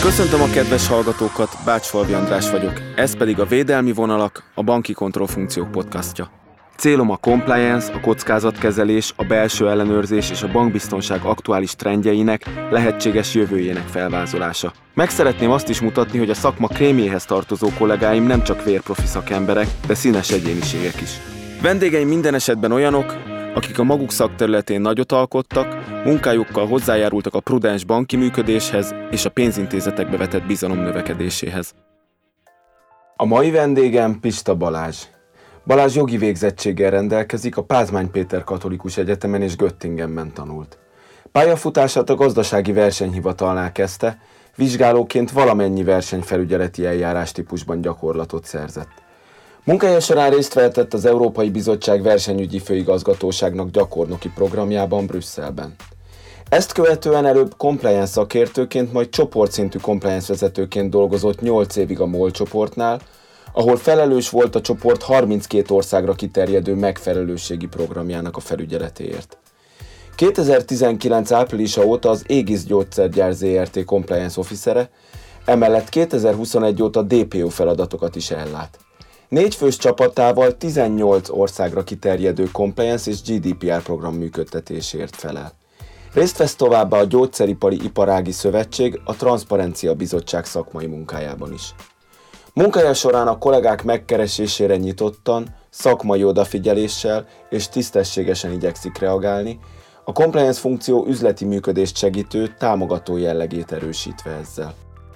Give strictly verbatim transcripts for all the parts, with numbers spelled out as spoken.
Köszöntöm a kedves hallgatókat, Bácsfalvi András vagyok, ez pedig a Védelmi Vonalak, a Banki Kontrollfunkciók podcastja. Célom a compliance, a kockázatkezelés, a belső ellenőrzés és a bankbiztonság aktuális trendjeinek, lehetséges jövőjének felvázolása. Meg szeretném azt is mutatni, hogy a szakma krémjéhez tartozó kollégáim nem csak vérprofi szakemberek, de színes egyéniségek is. Vendégeim minden esetben olyanok, akik a maguk szakterületén nagyot alkottak, munkájukkal hozzájárultak a prudens banki működéshez és a pénzintézetekbe vetett bizalom növekedéséhez. A mai vendégem Pista Balázs. Balázs jogi végzettséggel rendelkezik, a Pázmány Péter Katolikus Egyetemen és Göttingenben tanult. Pályafutását a gazdasági versenyhivatalnál kezdte, vizsgálóként valamennyi versenyfelügyeleti eljárástípusban gyakorlatot szerzett. Munkája során részt vehetett az Európai Bizottság versenyügyi főigazgatóságnak gyakornoki programjában Brüsszelben. Ezt követően előbb compliance szakértőként, majd csoportszintű compliance vezetőként dolgozott nyolc évig a MOL csoportnál, ahol felelős volt a csoport harminckét országra kiterjedő megfelelőségi programjának a felügyeletéért. kétezer-tizenkilenc áprilisa óta az Aegis Gyógyszergyár zé er té compliance officere, emellett kétezer-huszonegy óta dé pé o feladatokat is ellát. Négy fős csapatával tizennyolc országra kiterjedő compliance és gé dé pé er program működtetéséért felel. Részt vesz továbbá a Gyógyszeripari Iparági Szövetség, a Transzparencia Bizottság szakmai munkájában is. Munkája során a kollégák megkeresésére nyitottan, szakmai odafigyeléssel és tisztességesen igyekszik reagálni, a compliance funkció üzleti működést segítő, támogató jellegét erősítve ezzel.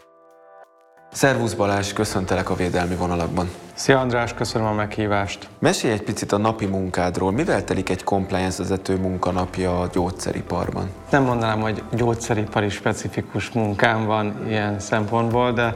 Szervusz Balázs, köszöntelek a Védelmi Vonalakban. Szia András, köszönöm a meghívást. Mesélj egy picit a napi munkádról. Mivel telik egy compliance vezető munkanapja a gyógyszeriparban? Nem mondanám, hogy gyógyszeripari specifikus munkám van ilyen szempontból, de,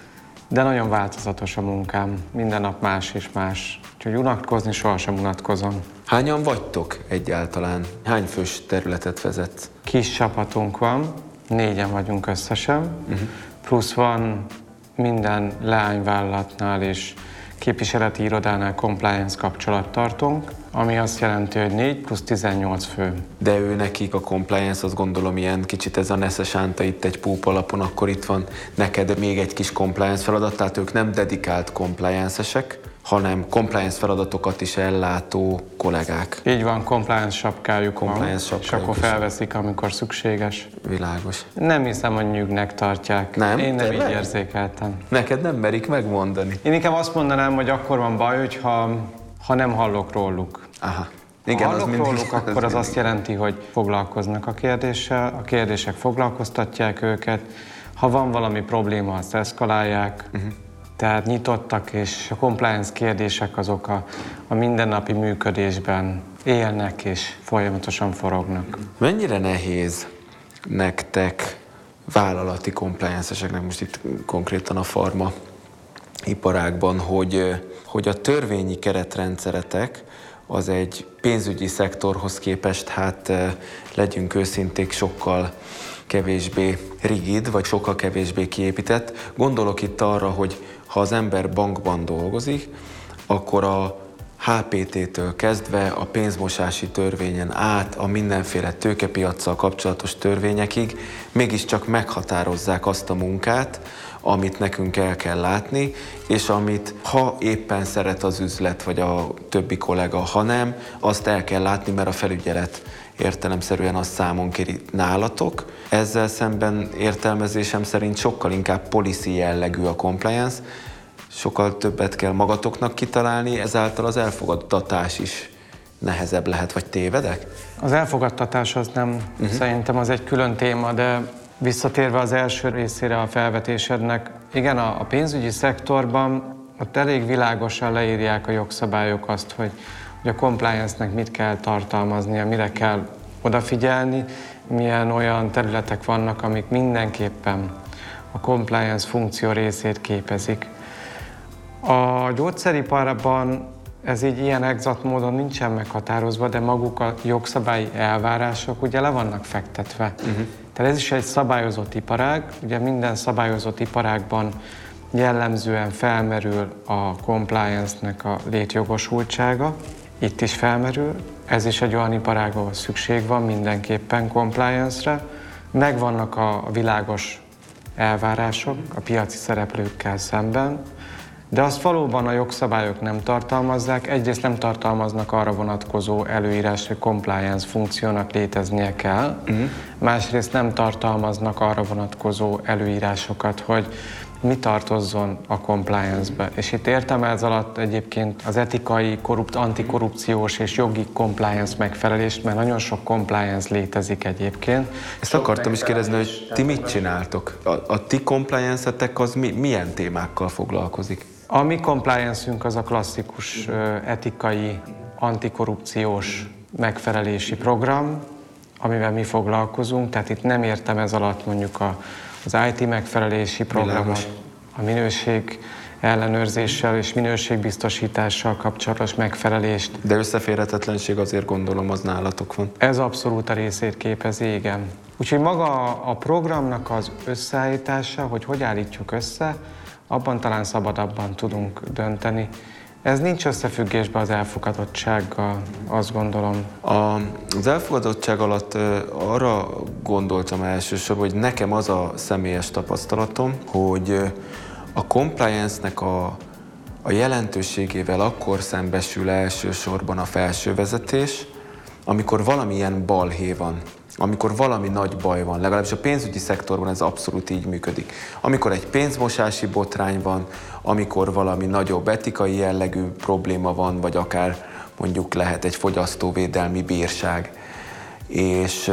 de nagyon változatos a munkám. Minden nap más és más. Úgyhogy unatkozni sohasem unatkozom. Hányan vagytok egyáltalán? Hány fős területet vezetsz? Kis csapatunk van, négyen vagyunk összesen, uh-huh. plusz van minden leányvállalatnál és képviseleti irodánál compliance kapcsolattartónk, ami azt jelenti, hogy négy plusz tizennyolc fő. De ő nekik a compliance, azt gondolom ilyen kicsit ez a Nesze Sánta itt egy púp alapon, akkor itt van neked még egy kis compliance feladat, tehát ők nem dedikált compliance-esek, hanem compliance feladatokat is ellátó kollégák. Így van, compliance sapkájuk compliance van, sapkájuk és akkor felveszik, amikor szükséges. Világos. Nem hiszem, hogy nyűgnek tartják. Nem? Én nem Tényleg? így érzékeltem. Neked nem merik megmondani? Én inkább azt mondanám, hogy akkor van baj, hogyha ha nem hallok róluk. Aha. Igen, ha hallok mindig, róluk, akkor az, az azt jelenti, hogy foglalkoznak a kérdéssel, a kérdések foglalkoztatják őket. Ha van valami probléma, azt eszkalálják. Uh-huh. Tehát nyitottak, és a compliance kérdések azok a, a mindennapi működésben élnek és folyamatosan forognak. Mennyire nehéz nektek, vállalati compliance-eseknek, most itt konkrétan a farma iparágban, hogy, hogy a törvényi keretrendszeretek az egy pénzügyi szektorhoz képest, hát legyünk őszinték, sokkal kevésbé rigid, vagy sokkal kevésbé kiépített. Gondolok itt arra, hogy ha az ember bankban dolgozik, akkor a há pé té-től kezdve a pénzmosási törvényen át a mindenféle tőkepiaccal kapcsolatos törvényekig mégiscsak meghatározzák azt a munkát, amit nekünk el kell látni, és amit ha éppen szeret az üzlet, vagy a többi kollega, ha nem, azt el kell látni, mert a felügyelet értelemszerűen azt számon kéri nálatok. Ezzel szemben értelmezésem szerint sokkal inkább policy jellegű a compliance, sokkal többet kell magatoknak kitalálni, ezáltal az elfogadtatás is nehezebb lehet, vagy tévedek? Az elfogadtatás az nem, uh-huh. szerintem az egy külön téma, de visszatérve az első részére a felvetésednek, igen, a, a pénzügyi szektorban ott elég világosan leírják a jogszabályok azt, hogy, hogy a compliance-nek mit kell tartalmaznia, mire kell odafigyelni, milyen olyan területek vannak, amik mindenképpen a compliance funkció részét képezik. A gyógyszeriparban ez így ilyen exakt módon nincsen meghatározva, de maguk a jogszabályi elvárások ugye le vannak fektetve. Uh-huh. Tehát ez is egy szabályozott iparág, ugye minden szabályozott iparágban jellemzően felmerül a compliance-nek a létjogosultsága, itt is felmerül, ez is egy olyan iparág, ahol szükség van mindenképpen compliance-re, megvannak a világos elvárások a piaci szereplőkkel szemben, de azt valóban a jogszabályok nem tartalmazzák. Egyrészt nem tartalmaznak arra vonatkozó előírás, hogy compliance funkciónak léteznie kell, uh-huh. másrészt nem tartalmaznak arra vonatkozó előírásokat, hogy mi tartozzon a compliance-be. És itt értem ez alatt egyébként az etikai, korrupt, antikorrupciós és jogi compliance megfelelést, mert nagyon sok compliance létezik egyébként. Ezt sok akartam is kérdezni, hogy ti mit csináltok? A, a ti compliance-etek az mi, milyen témákkal foglalkozik? A mi compliance-ünk az a klasszikus etikai, antikorrupciós megfelelési program, amivel mi foglalkozunk, tehát itt nem értem ez alatt mondjuk a, az i té megfelelési programot, a minőség ellenőrzéssel és minőségbiztosítással kapcsolatos megfelelést. De összeférhetetlenség azért gondolom az nálatok van. Ez abszolút a részét képezi, igen. Úgyhogy maga a programnak az összeállítása, hogy hogy állítjuk össze, abban talán szabadabban tudunk dönteni. Ez nincs összefüggésben az elfogadottsággal, azt gondolom. A, az elfogadottság alatt arra gondoltam elsősorban, hogy nekem az a személyes tapasztalatom, hogy a compliance-nek a, a jelentőségével akkor szembesül elsősorban a felső vezetés, amikor valamilyen balhé van. Amikor valami nagy baj van, legalábbis a pénzügyi szektorban ez abszolút így működik. Amikor egy pénzmosási botrány van, amikor valami nagyobb etikai jellegű probléma van, vagy akár mondjuk lehet egy fogyasztóvédelmi bírság. És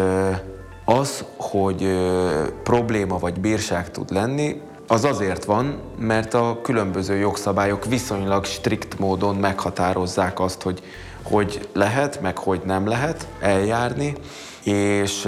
az, hogy probléma vagy bírság tud lenni, az azért van, mert a különböző jogszabályok viszonylag strikt módon meghatározzák azt, hogy hogy lehet, meg hogy nem lehet eljárni, és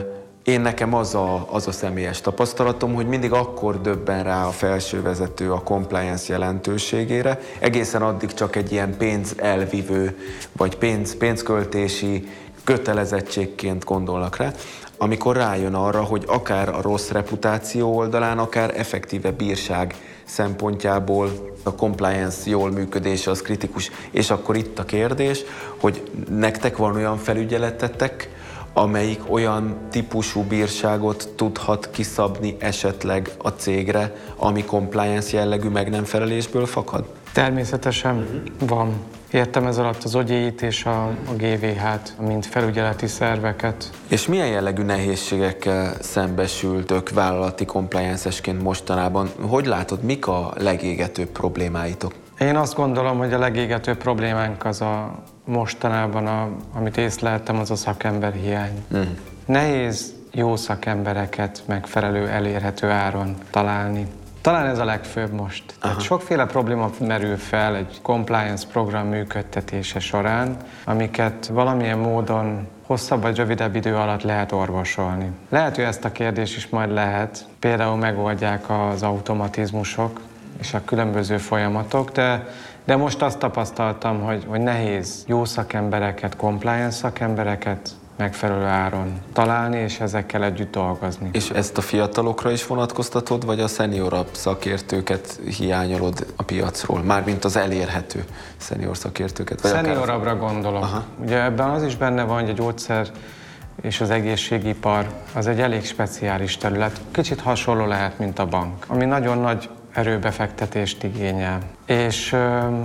én nekem az a, az a személyes tapasztalatom, hogy mindig akkor döbben rá a felsővezető a compliance jelentőségére, egészen addig csak egy ilyen pénzelvivő, vagy pénz, pénzköltési kötelezettségként gondolnak rá, amikor rájön arra, hogy akár a rossz reputáció oldalán, akár effektíve bírság szempontjából a compliance jól működése az kritikus. És akkor itt a kérdés, hogy nektek van olyan felügyeletetek, amelyik olyan típusú bírságot tudhat kiszabni esetleg a cégre, ami compliance jellegű meg nem felelésből fakad? Természetesen uh-huh. van. Értem ez alatt az ogyéit és a, a gé vé há-t, mint felügyeleti szerveket. És milyen jellegű nehézségekkel szembesültök vállalati compliance-esként mostanában? Hogy látod, mik a legégetőbb problémáitok? Én azt gondolom, hogy a legégetőbb problémánk az a mostanában, a, amit észleltem, az a szakemberhiány. Mm. Nehéz jó szakembereket megfelelő, elérhető áron találni. Talán ez a legfőbb most. Tehát sokféle probléma merül fel egy compliance program működtetése során, amiket valamilyen módon hosszabb vagy rövidebb idő alatt lehet orvosolni. Lehet, hogy ezt a kérdést is majd lehet, például megoldják az automatizmusok és a különböző folyamatok, de, de most azt tapasztaltam, hogy, hogy nehéz jó szakembereket, compliance szakembereket megfelelő áron találni, és ezekkel együtt dolgozni. És ezt a fiatalokra is vonatkoztatod, vagy a szeniorabb szakértőket hiányolod a piacról? Mármint az elérhető szenior szakértőket? Szeniorabbra akár... gondolom. Aha. Ugye ebben az is benne van, hogy a gyógyszer és az egészségipar az egy elég speciális terület. Kicsit hasonló lehet, mint a bank, ami nagyon nagy erőbefektetést igényel. És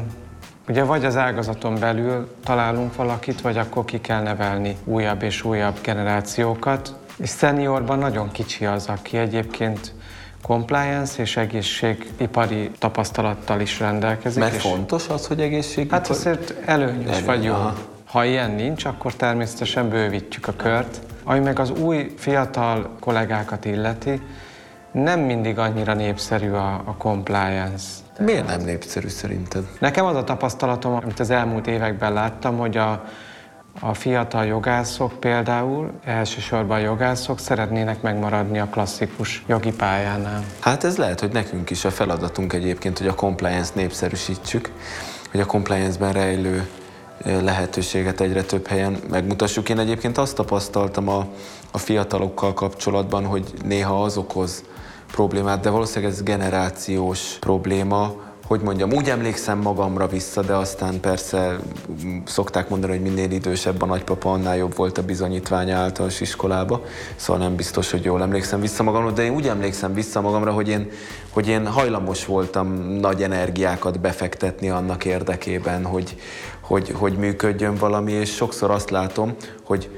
ugye vagy az ágazaton belül találunk valakit, vagy akkor ki kell nevelni újabb és újabb generációkat. És seniorban nagyon kicsi az, aki egyébként compliance és egészségipari tapasztalattal is rendelkezik. Mert fontos az, hogy egészségipari? Hát azért előnyös Előny. vagy jó. Aha. Ha ilyen nincs, akkor természetesen bővítjük a kört. Ami meg az új fiatal kollégákat illeti, nem mindig annyira népszerű a, a compliance. Miért nem népszerű szerinted? Nekem az a tapasztalatom, amit az elmúlt években láttam, hogy a, a fiatal jogászok például, elsősorban a jogászok szeretnének megmaradni a klasszikus jogi pályánál. Hát ez lehet, hogy nekünk is a feladatunk egyébként, hogy a compliance népszerűsítsük, hogy a compliance-ben rejlő lehetőséget egyre több helyen megmutassuk. Én egyébként azt tapasztaltam a, a fiatalokkal kapcsolatban, hogy néha az okoz problémát, de valószínűleg ez generációs probléma, hogy mondjam, úgy emlékszem magamra vissza, de aztán persze szokták mondani, hogy minél idősebb a nagypapa, annál jobb volt a bizonyítványa általános iskolába, szóval nem biztos, hogy jól emlékszem vissza magamra, de én úgy emlékszem vissza magamra, hogy én, hogy én hajlamos voltam nagy energiákat befektetni annak érdekében, hogy, hogy, hogy működjön valami, és sokszor azt látom, hogy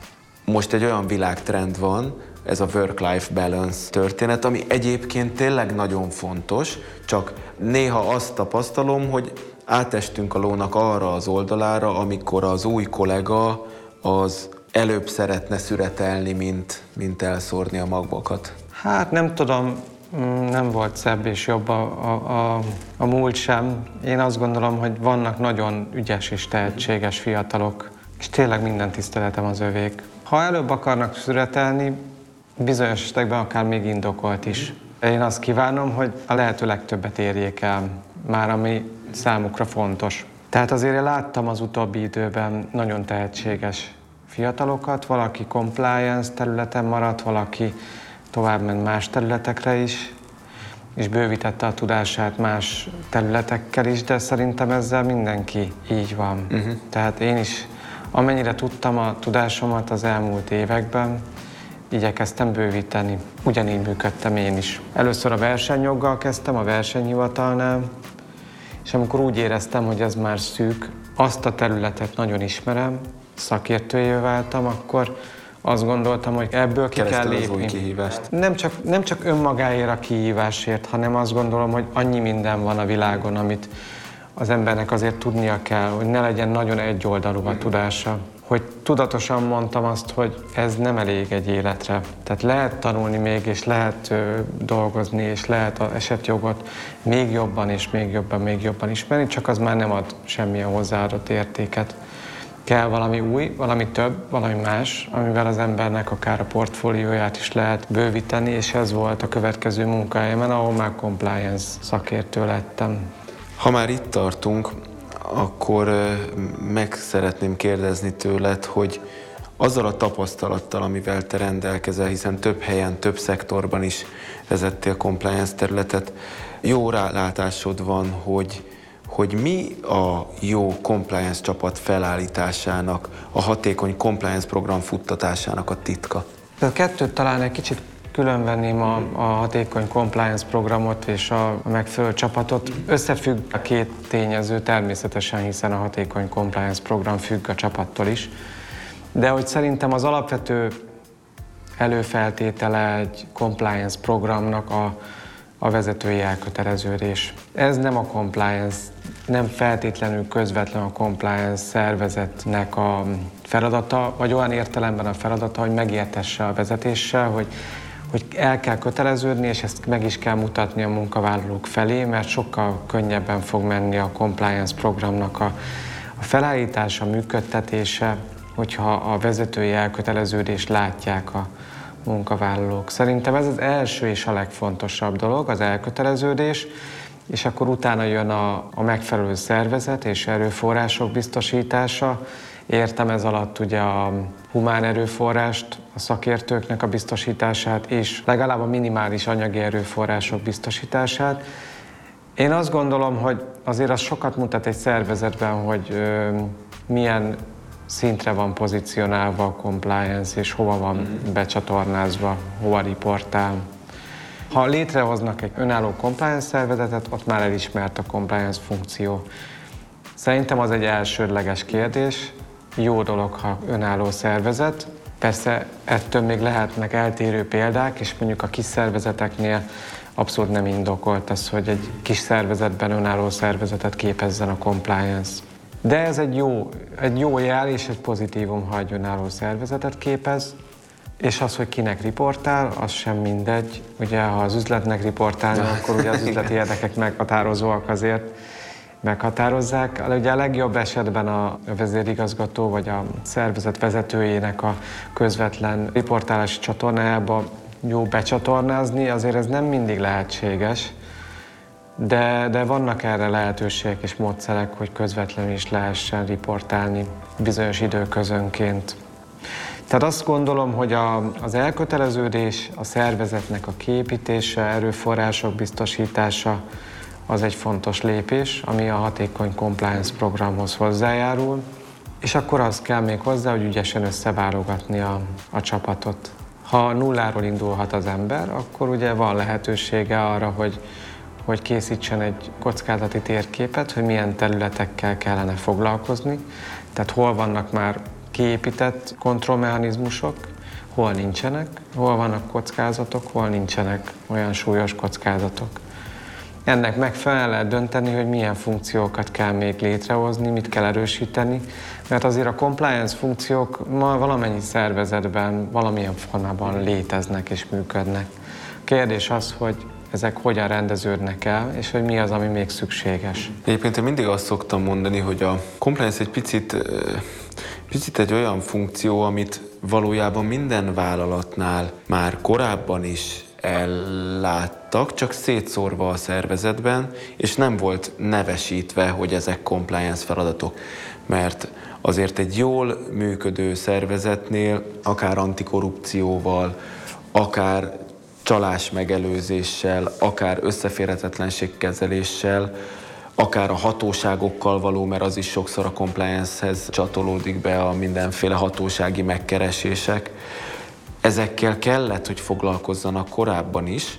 most egy olyan világtrend van, ez a work-life balance történet, ami egyébként tényleg nagyon fontos, csak néha azt tapasztalom, hogy átestünk a lónak arra az oldalára, amikor az új kollega az előbb szeretne szüretelni, mint, mint elszórni a magvakat. Hát nem tudom, nem volt szebb és jobb a, a, a, a múlt sem. Én azt gondolom, hogy vannak nagyon ügyes és tehetséges fiatalok, és tényleg minden tiszteletem az övék. Ha előbb akarnak szüretelni, bizonyos esetekben akár még indokolt is. Én azt kívánom, hogy a lehető legtöbbet érjék el, már ami számukra fontos. Tehát azért én láttam az utóbbi időben nagyon tehetséges fiatalokat, valaki compliance területen maradt, valaki továbbment más területekre is, és bővítette a tudását más területekkel is, de szerintem ezzel mindenki így van. Uh-huh. Tehát én is, amennyire tudtam a tudásomat az elmúlt években, igyekeztem bővíteni. Ugyanígy működtem én is. Először a versenyjoggal kezdtem, a versenyhivatalnál, és amikor úgy éreztem, hogy ez már szűk, azt a területet nagyon ismerem, szakértőjévé váltam, akkor azt gondoltam, hogy ebből ki kell lépni. Az új kihívást. Nem csak, nem csak önmagáért a kihívásért, hanem azt gondolom, hogy annyi minden van a világon, amit az embernek azért tudnia kell, hogy ne legyen nagyon egyoldalú a tudása. Hogy tudatosan mondtam azt, hogy ez nem elég egy életre. Tehát lehet tanulni még, és lehet ö, dolgozni, és lehet az esetjogot még jobban, és még jobban, még jobban ismerni, csak az már nem ad semmilyen hozzáadott értéket. Kell valami új, valami több, valami más, amivel az embernek akár a portfólióját is lehet bővíteni, és ez volt a következő munkahelyemen, ahol már compliance szakértő lettem. Ha már itt tartunk, akkor meg szeretném kérdezni tőled, hogy azzal a tapasztalattal, amivel te rendelkezel, hiszen több helyen, több szektorban is vezettél compliance területet, jó rálátásod van, hogy, hogy mi a jó compliance csapat felállításának, a hatékony compliance program futtatásának a titka? A kettőt talán egy kicsit különvenném a, a hatékony compliance programot és a megfelelő csapatot. Összefügg a két tényező természetesen, hiszen a hatékony compliance program függ a csapattól is. De hogy szerintem az alapvető előfeltétele egy compliance programnak a, a vezetői elköteleződés. Ez nem a compliance, nem feltétlenül közvetlen a compliance szervezetnek a feladata, vagy olyan értelemben a feladata, hogy megértesse a vezetéssel, hogy hogy el kell köteleződni, és ezt meg is kell mutatni a munkavállalók felé, mert sokkal könnyebben fog menni a compliance programnak a, a felállítása, működtetése, hogyha a vezetői elköteleződést látják a munkavállalók. Szerintem ez az első és a legfontosabb dolog, az elköteleződés, és akkor utána jön a, a megfelelő szervezet és erőforrások biztosítása. Értem ez alatt ugye a humán erőforrást, a szakértőknek a biztosítását, és legalább a minimális anyagi erőforrások biztosítását. Én azt gondolom, hogy azért az sokat mutat egy szervezetben, hogy ö, milyen szintre van pozícionálva a compliance, és hova van becsatornázva, hova riportál. Ha létrehoznak egy önálló compliance szervezetet, ott már elismert a compliance funkció. Szerintem az egy elsődleges kérdés. Jó dolog, ha önálló szervezet. Persze ettől még lehetnek eltérő példák, és mondjuk a kis szervezeteknél abszolút nem indokolt az, hogy egy kis szervezetben önálló szervezetet képezzen a compliance. De ez egy jó, egy jó jel és egy pozitívum, ha egy önálló szervezetet képez, és az, hogy kinek riportál, az sem mindegy. Ugye, ha az üzletnek riportálna, akkor ugye az üzleti érdekek meghatározóak azért, meghatározzák. Ugye a legjobb esetben a vezérigazgató vagy a szervezet vezetőjének a közvetlen riportálási csatornájába jó becsatornázni, azért ez nem mindig lehetséges, de, de vannak erre lehetőségek és módszerek, hogy közvetlenül is lehessen riportálni bizonyos időközönként. Tehát azt gondolom, hogy a, az elköteleződés, a szervezetnek a kiépítése, erőforrások biztosítása, az egy fontos lépés, ami a hatékony compliance programhoz hozzájárul, és akkor az kell még hozzá, hogy ügyesen összeválogatni a, a csapatot. Ha nulláról indulhat az ember, akkor ugye van lehetősége arra, hogy, hogy készítsen egy kockázati térképet, hogy milyen területekkel kellene foglalkozni, tehát hol vannak már kiépített kontrollmechanizmusok, hol nincsenek, hol vannak kockázatok, hol nincsenek olyan súlyos kockázatok. Ennek megfelelően lehet dönteni, hogy milyen funkciókat kell még létrehozni, mit kell erősíteni, mert azért a compliance funkciók ma valamennyi szervezetben, valamilyen formában léteznek és működnek. A kérdés az, hogy ezek hogyan rendeződnek el, és hogy mi az, ami még szükséges. Egyébként én mindig azt szoktam mondani, hogy a compliance egy picit, picit egy olyan funkció, amit valójában minden vállalatnál már korábban is elláttak, csak szétszórva a szervezetben, és nem volt nevesítve, hogy ezek compliance feladatok. Mert azért egy jól működő szervezetnél, akár antikorrupcióval, akár csalás megelőzéssel, akár összeférhetetlenségkezeléssel, akár a hatóságokkal való, mert az is sokszor a compliance-hez csatolódik be a mindenféle hatósági megkeresések. Ezekkel kellett, hogy foglalkozzanak korábban is,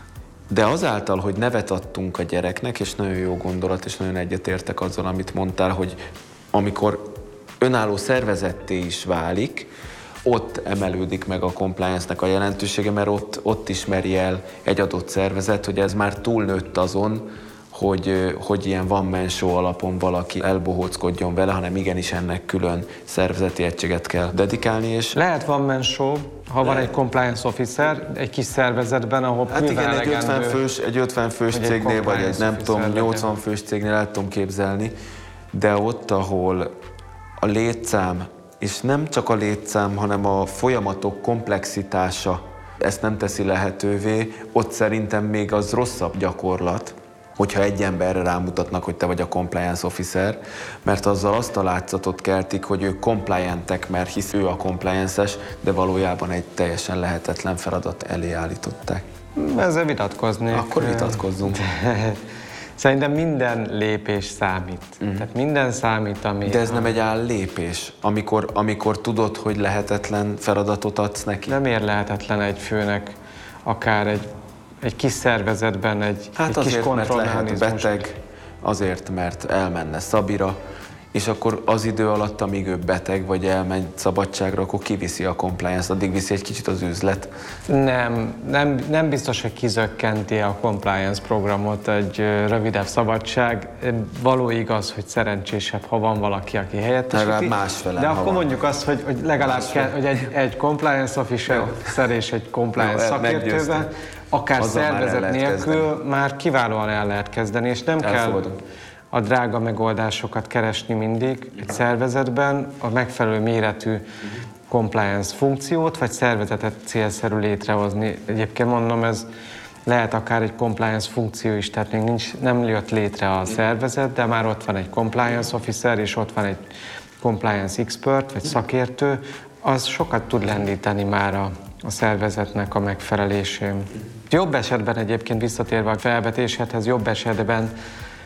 de azáltal, hogy nevet adtunk a gyereknek, és nagyon jó gondolat, és nagyon egyetértek azzal, amit mondtál, hogy amikor önálló szervezetté is válik, ott emelődik meg a compliance-nek a jelentősége, mert ott, ott ismeri el egy adott szervezet, hogy ez már túlnőtt azon, hogy, hogy ilyen one-man show alapon valaki elbohóckodjon vele, hanem igenis ennek külön szervezeti egységet kell dedikálni. És lehet one-man show, ha van egy compliance officer egy kis szervezetben, ahol hát igen, egy ötven fős, egy ötven fős cégnél, egy vagy egy nem tudom, nyolcvan fős cégnél el tudom képzelni, de ott, ahol a létszám, és nem csak a létszám, hanem a folyamatok komplexitása ezt nem teszi lehetővé, ott szerintem még az rosszabb gyakorlat, hogyha egy emberre rámutatnak, hogy te vagy a compliance officer, mert azzal azt a látszatot keltik, hogy ők compliantek, mert hisz ő a compliance-es, de valójában egy teljesen lehetetlen feladat elé állították. Ezzel vitatkoznék. Akkor vitatkozzunk. Szerintem minden lépés számít. Uh-huh. Tehát minden számít, ami... De ez nem egy áll lépés, amikor, amikor tudod, hogy lehetetlen feladatot adsz neki? Nem ér lehetetlen egy főnek, akár egy, egy kis szervezetben, egy, hát egy kis kontrollmechanizmus. Hát azért, mert lehet beteg, azért, mert elmenne szabira, és akkor az idő alatt, amíg ő beteg, vagy elmegy szabadságra, akkor kiviszi a compliance, addig viszi egy kicsit az üzlet. Nem, nem, nem biztos, hogy kizökkenti a compliance programot egy rövidebb szabadság. Való igaz, hogy szerencsésebb, ha van valaki, aki helyettesíti. Másfele. De akkor van. Mondjuk azt, hogy, hogy legalább kell, hogy egy, egy compliance officer és egy compliance szakértővel, akár azzal szervezet már nélkül kezdeni. Már kiválóan el lehet kezdeni, és nem Elfogadom. kell a drága megoldásokat keresni mindig egy szervezetben, a megfelelő méretű compliance funkciót, vagy szervezetet célszerű létrehozni. Egyébként mondom, ez lehet akár egy compliance funkció is, tehát még nincs, nem jött létre a szervezet, de már ott van egy compliance officer, és ott van egy compliance expert, vagy szakértő, az sokat tud lendíteni már a, a szervezetnek a megfelelésén. Jobb esetben egyébként visszatérve a felvetéshez, jobb esetben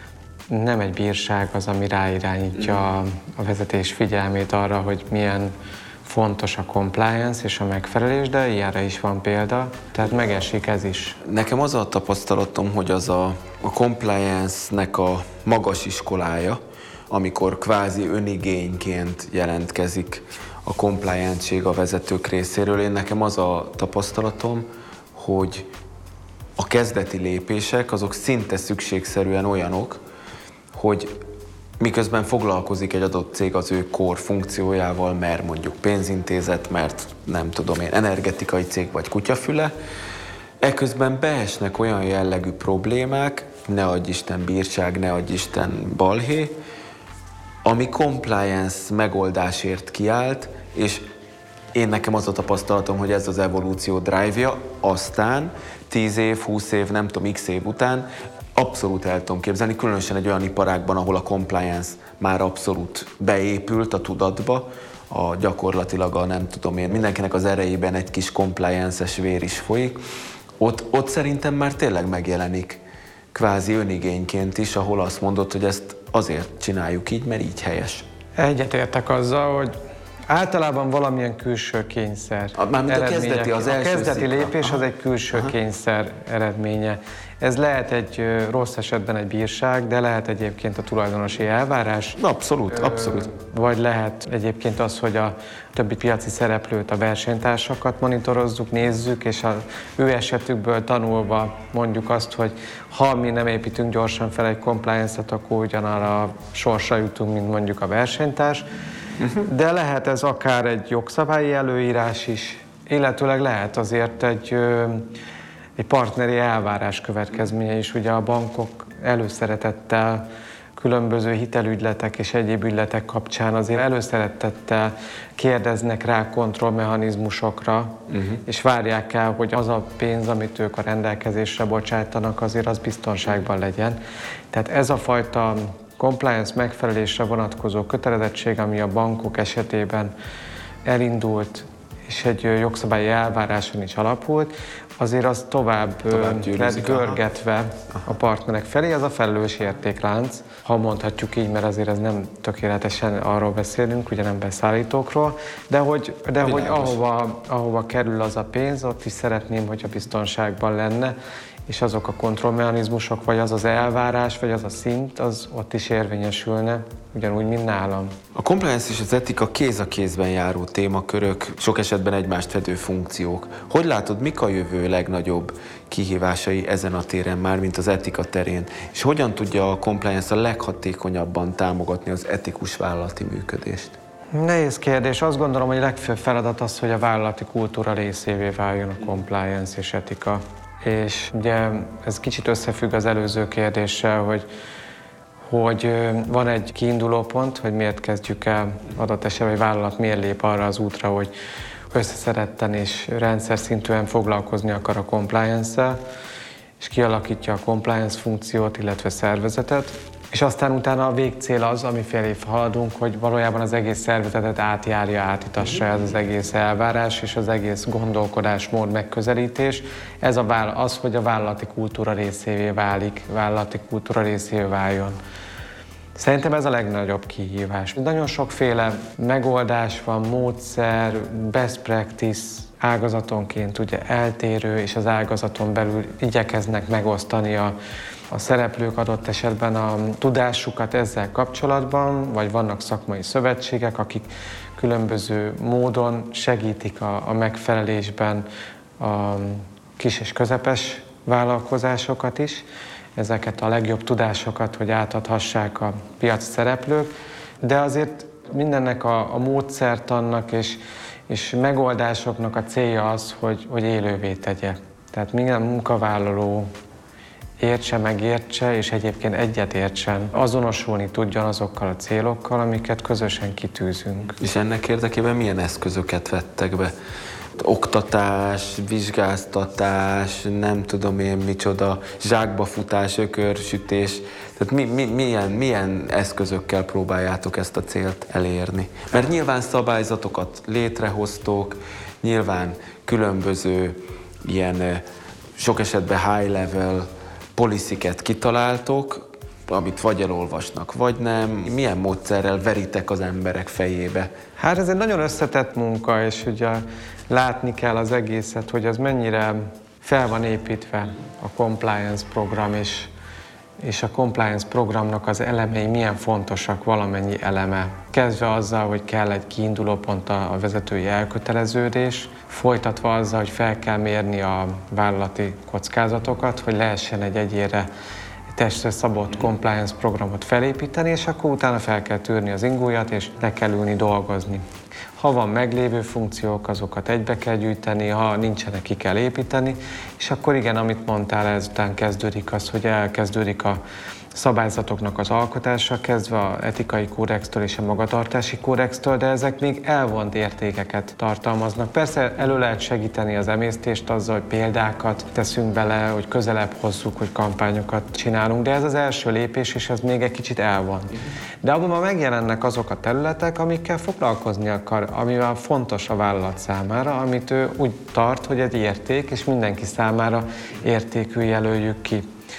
nem egy bírság az, ami ráirányítja a vezetés figyelmét arra, hogy milyen fontos a compliance és a megfelelés, de ilyenre is van példa, tehát megesik ez is. Nekem az a tapasztalatom, hogy az a, a compliance-nek a magas iskolája, amikor kvázi önigényként jelentkezik a compliance-ség a vezetők részéről. Én nekem az a tapasztalatom, hogy a kezdeti lépések azok szinte szükségszerűen olyanok, hogy miközben foglalkozik egy adott cég az ő core funkciójával, mert mondjuk pénzintézet, mert nem tudom én, energetikai cég vagy kutyafüle, eközben beesnek olyan jellegű problémák, ne adj Isten bírság, ne adj Isten balhé, ami compliance megoldásért kiállt, és én nekem az a tapasztalatom, hogy ez az evolúció drive-ja, aztán tíz év, húsz év, nem tudom, x év után abszolút el tudom képzelni, különösen egy olyan iparágban, ahol a compliance már abszolút beépült a tudatba, a gyakorlatilag a nem tudom én, mindenkinek az erejében egy kis compliance-es vér is folyik, ott, ott szerintem már tényleg megjelenik kvázi önigényként is, ahol azt mondod, hogy ezt azért csináljuk így, mert így helyes. Egyetértek azzal, hogy általában valamilyen külső kényszer Mármint a kezdeti, az első A kezdeti szikla. lépés Aha. az egy külső Aha. kényszer eredménye. Ez lehet egy rossz esetben egy bírság, de lehet egyébként a tulajdonosi elvárás. Abszolút, abszolút. Vagy lehet egyébként az, hogy a többi piaci szereplőt, a versenytársakat monitorozzuk, nézzük, és az ő esetükből tanulva mondjuk azt, hogy ha mi nem építünk gyorsan fel egy compliance-et, akkor ugyanarra a sorsra jutunk, mint mondjuk a versenytárs. De lehet ez akár egy jogszabályi előírás is, illetőleg lehet azért egy, egy partneri elvárás következménye is. Ugye a bankok előszeretettel különböző hitelügyletek és egyéb ügyletek kapcsán azért előszeretettel kérdeznek rá kontrollmechanizmusokra, uh-huh. és várják el, hogy az a pénz, amit ők a rendelkezésre bocsájtanak, azért az biztonságban legyen. Tehát ez a fajta compliance megfelelésre vonatkozó kötelezettség, ami a bankok esetében elindult, és egy jogszabályi elváráson is alapult, azért az tovább, tovább lett görgetve aha. a partnerek felé, az a felelős értéklánc, ha mondhatjuk így, mert azért ez nem tökéletesen arról beszélünk, ugye nem beszállítókról, de hogy, de hogy ahova, ahova kerül az a pénz, ott is szeretném, hogyha biztonságban lenne, és azok a kontrollmechanizmusok, vagy az az elvárás, vagy az a szint, az ott is érvényesülne, ugyanúgy, mint nálam. A compliance és az etika kéz a kézben járó témakörök, sok esetben egymást fedő funkciók. Hogy látod, mik a jövő legnagyobb kihívásai ezen a téren, már mint az etika terén, és hogyan tudja a compliance a leghatékonyabban támogatni az etikus vállalati működést? Nehéz kérdés. Azt gondolom, hogy a legfőbb feladat az, hogy a vállalati kultúra részévé váljon a compliance és etika. És ugye ez kicsit összefügg az előző kérdéssel, hogy, hogy van egy kiinduló pont, hogy miért kezdjük el adott esetben, hogy vállalat miért lép arra az útra, hogy összeszeretten és rendszer szintűen foglalkozni akar a compliance-szel, és kialakítja a compliance funkciót, illetve szervezetet. És aztán utána a végcél az, amifélé haladunk, hogy valójában az egész szervezetet átjárja, átitassa ez az egész elvárás és az egész gondolkodásmód, megközelítés. Ez a váll- az, hogy a vállalati kultúra részévé válik, vállalati kultúra részévé váljon. Szerintem ez a legnagyobb kihívás. Nagyon sokféle megoldás van, módszer, best practice, ágazatonként ugye eltérő, és az ágazaton belül igyekeznek megosztani a a szereplők adott esetben a tudásukat ezzel kapcsolatban, vagy vannak szakmai szövetségek, akik különböző módon segítik a, a megfelelésben a kis és közepes vállalkozásokat is, ezeket a legjobb tudásokat, hogy átadhassák a piaci szereplők, de azért mindennek a, a módszertannak és, és megoldásoknak a célja az, hogy, hogy élővé tegye. Tehát minden munkavállaló értse, megértse, és egyébként egyetértsen, azonosulni tudjon azokkal a célokkal, amiket közösen kitűzünk. És ennek érdekében milyen eszközöket vettek be? Oktatás, vizsgáztatás, nem tudom én micsoda, zsákbafutás, ökörsütés. Tehát mi, mi, milyen, milyen eszközökkel próbáljátok ezt a célt elérni? Mert nyilván szabályzatokat létrehoztok, nyilván különböző ilyen sok esetben high level policyket kitaláltok, amit vagy elolvasnak, vagy nem. Milyen módszerrel veritek az emberek fejébe? Hát ez egy nagyon összetett munka, és ugye látni kell az egészet, hogy az mennyire fel van építve a compliance program, és, és a compliance programnak az elemei milyen fontosak, valamennyi eleme. Kezdve azzal, hogy kell egy kiindulópont a vezetői elköteleződés, folytatva azzal, hogy fel kell mérni a vállalati kockázatokat, hogy lehessen egy egyére testre szabott compliance programot felépíteni, és akkor utána fel kell tűrni az ingújat, és le kell ülni dolgozni. Ha van meglévő funkciók, azokat egybe kell gyűjteni, ha nincsenek, ki kell építeni, és akkor igen, amit mondtál, ezután kezdődik az, hogy elkezdődik a szabályzatoknak az alkotása, kezdve az etikai kódextől és a magatartási kódextől, de ezek még elvont értékeket tartalmaznak. Persze elő lehet segíteni az emésztést azzal, hogy példákat teszünk bele, hogy közelebb hozzuk, hogy kampányokat csinálunk, de ez az első lépés, és ez még egy kicsit elvont. De abban már megjelennek azok a területek, amikkel foglalkozni akar, amivel fontos a vállalat számára, amit ő úgy tart, hogy egy érték, és mindenki számára értékű jelöljük ki.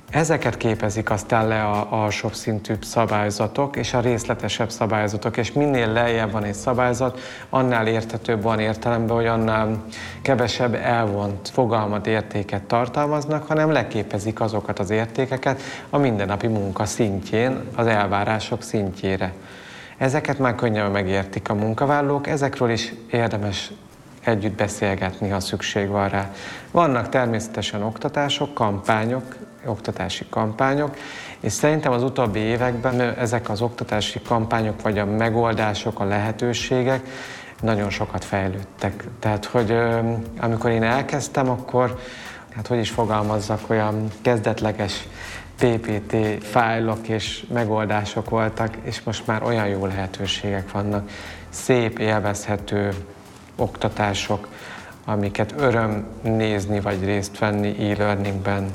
Ezeket képezik aztán le a alsóbb szintű szabályzatok és a részletesebb szabályzatok, és minél lejjebb van egy szabályzat, annál érthetőbb van értelemben, hogy annál kevesebb elvont fogalmat, értéket tartalmaznak, hanem leképezik azokat az értékeket a mindennapi munka szintjén, az elvárások szintjére. Ezeket már könnyebben megértik a munkavállalók, ezekről is érdemes együtt beszélgetni, ha szükség van rá. Vannak természetesen oktatások, kampányok, oktatási kampányok, és szerintem az utóbbi években ezek az oktatási kampányok, vagy a megoldások, a lehetőségek nagyon sokat fejlődtek. Tehát, hogy amikor én elkezdtem, akkor, hát hogy is fogalmazzak, olyan kezdetleges pé pé té fájlok és megoldások voltak, és most már olyan jó lehetőségek vannak, szép, élvezhető oktatások, amiket öröm nézni vagy részt venni e-learningben.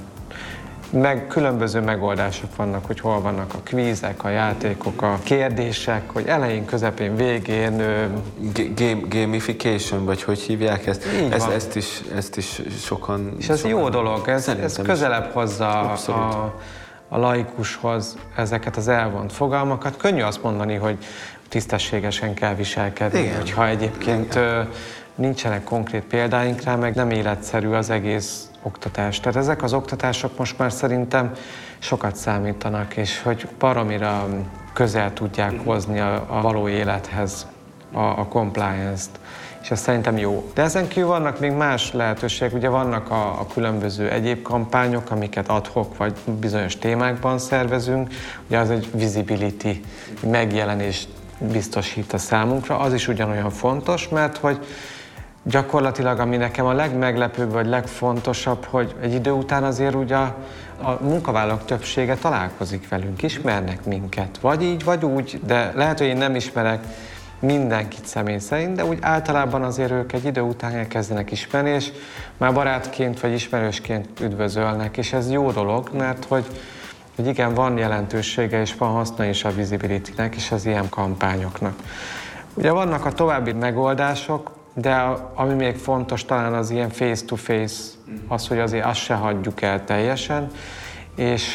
Meg különböző megoldások vannak, hogy hol vannak a kvízek, a játékok, a kérdések, hogy elején, közepén, végén... Game, gamification, vagy hogy hívják ezt? ezt, ezt, is, ezt is sokan... És ez sokan jó dolog, ez, ez közelebb hozza a, a laikushoz ezeket az elvont fogalmakat. Könnyű azt mondani, hogy tisztességesen kell viselkedni, igen, hogyha egyébként igen, nincsenek konkrét példáink rá, meg nem életszerű az egész oktatás. Tehát ezek az oktatások most már szerintem sokat számítanak, és hogy baromira közel tudják hozni a, a való élethez a, a compliance-t. És ez szerintem jó. De ezen kívül vannak még más lehetőségek, ugye vannak a, a különböző egyéb kampányok, amiket ad-hoc vagy bizonyos témákban szervezünk, ugye az egy visibility, megjelenést biztosít a számunkra, az is ugyanolyan fontos, mert hogy gyakorlatilag, ami nekem a legmeglepőbb, vagy legfontosabb, hogy egy idő után azért ugye a, a munkavállalók többsége találkozik velünk, ismernek minket, vagy így, vagy úgy, de lehet, hogy én nem ismerek mindenkit személy szerint, de úgy általában azért ők egy idő után elkezdenek ismerni, és már barátként vagy ismerősként üdvözölnek, és ez jó dolog, mert hogy, hogy igen, van jelentősége, és van haszna is a visibility-nek, és az ilyen kampányoknak. Ugye vannak a további megoldások, de ami még fontos talán az ilyen face-to-face, az, hogy azért azt se hagyjuk el teljesen, és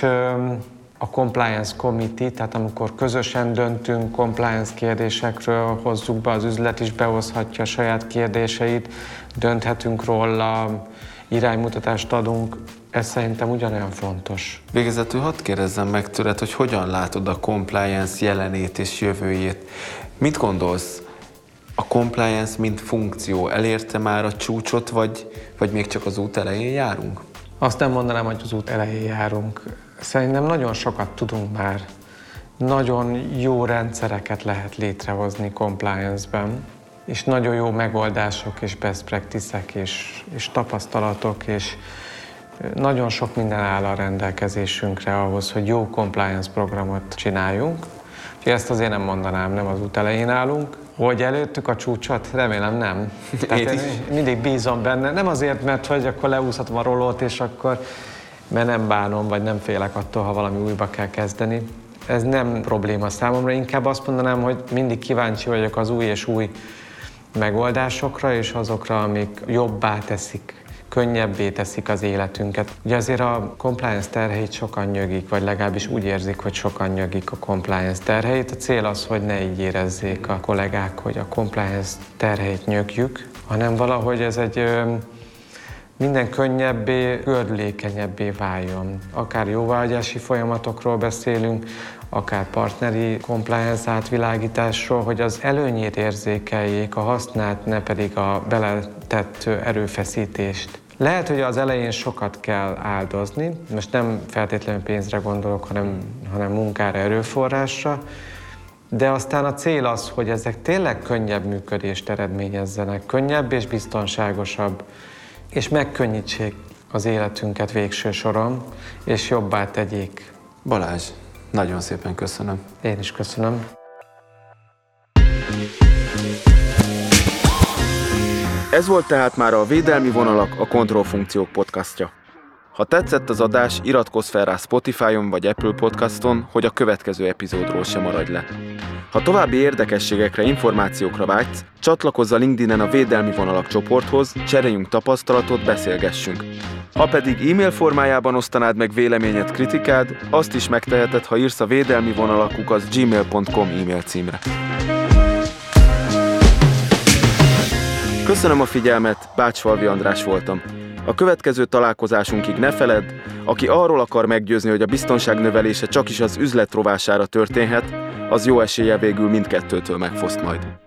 a compliance committee, tehát amikor közösen döntünk compliance kérdésekről, hozzuk be, az üzlet is behozhatja a saját kérdéseit, dönthetünk róla, iránymutatást adunk, ez szerintem ugyanolyan fontos. Végezetül hadd kérdezzem meg tőled, hogy hogyan látod a compliance jelenét és jövőjét. Mit gondolsz? A compliance mint funkció elérte már a csúcsot, vagy, vagy még csak az út elején járunk? Azt nem mondanám, hogy az út elején járunk. Szerintem nagyon sokat tudunk már. Nagyon jó rendszereket lehet létrehozni compliance-ben, és nagyon jó megoldások és best practice-ek és, és tapasztalatok, és nagyon sok minden áll a rendelkezésünkre ahhoz, hogy jó compliance programot csináljunk. Úgyhogy ezt azért nem mondanám, nem az út elején állunk. Hogy előttük a csúcsot? Remélem nem. Tehát én mindig bízom benne. Nem azért, mert hogy akkor leúszhatom a rollót, és akkor, mert nem bánom, vagy nem félek attól, ha valami újba kell kezdeni. Ez nem probléma számomra. Inkább azt mondanám, hogy mindig kíváncsi vagyok az új és új megoldásokra, és azokra, amik jobbá teszik, könnyebbé teszik az életünket. Ugye azért a compliance terheit sokan nyögik, vagy legalábbis úgy érzik, hogy sokan nyögik a compliance terheit. A cél az, hogy ne így érezzék a kollégák, hogy a compliance terheit nyögjük, hanem valahogy ez egy ö, minden könnyebbé, gördülékenyebbé váljon. Akár jóváhagyási folyamatokról beszélünk, akár partneri compliance átvilágításról, hogy az előnyét érzékeljék, a hasznát, ne pedig a beletett erőfeszítést. Lehet, hogy az elején sokat kell áldozni, most nem feltétlenül pénzre gondolok, hanem, hanem munkára, erőforrásra, de aztán a cél az, hogy ezek tényleg könnyebb működést eredményezzenek, könnyebb és biztonságosabb, és megkönnyítsék az életünket végső soron, és jobbá tegyék. Balázs, nagyon szépen köszönöm. Én is köszönöm. Ez volt tehát már a Védelmi Vonalak, a Kontrollfunkciók podcastja. Ha tetszett az adás, iratkozz fel rá Spotify-on vagy Apple Podcaston, hogy a következő epizódról sem maradj le. Ha további érdekességekre, információkra vágysz, csatlakozz a LinkedIn-en a Védelmi Vonalak csoporthoz, cseréljünk tapasztalatot, beszélgessünk. Ha pedig e-mail formájában osztanád meg véleményed, kritikád, azt is megteheted, ha írsz a védelmi vonalak kukac gmail pont com e-mail címre. Köszönöm a figyelmet, Bácsfalvi András voltam. A következő találkozásunkig ne feledd, aki arról akar meggyőzni, hogy a biztonság növelése csakis az üzlet rovására történhet, az jó eséllyel végül mindkettőtől megfoszt majd.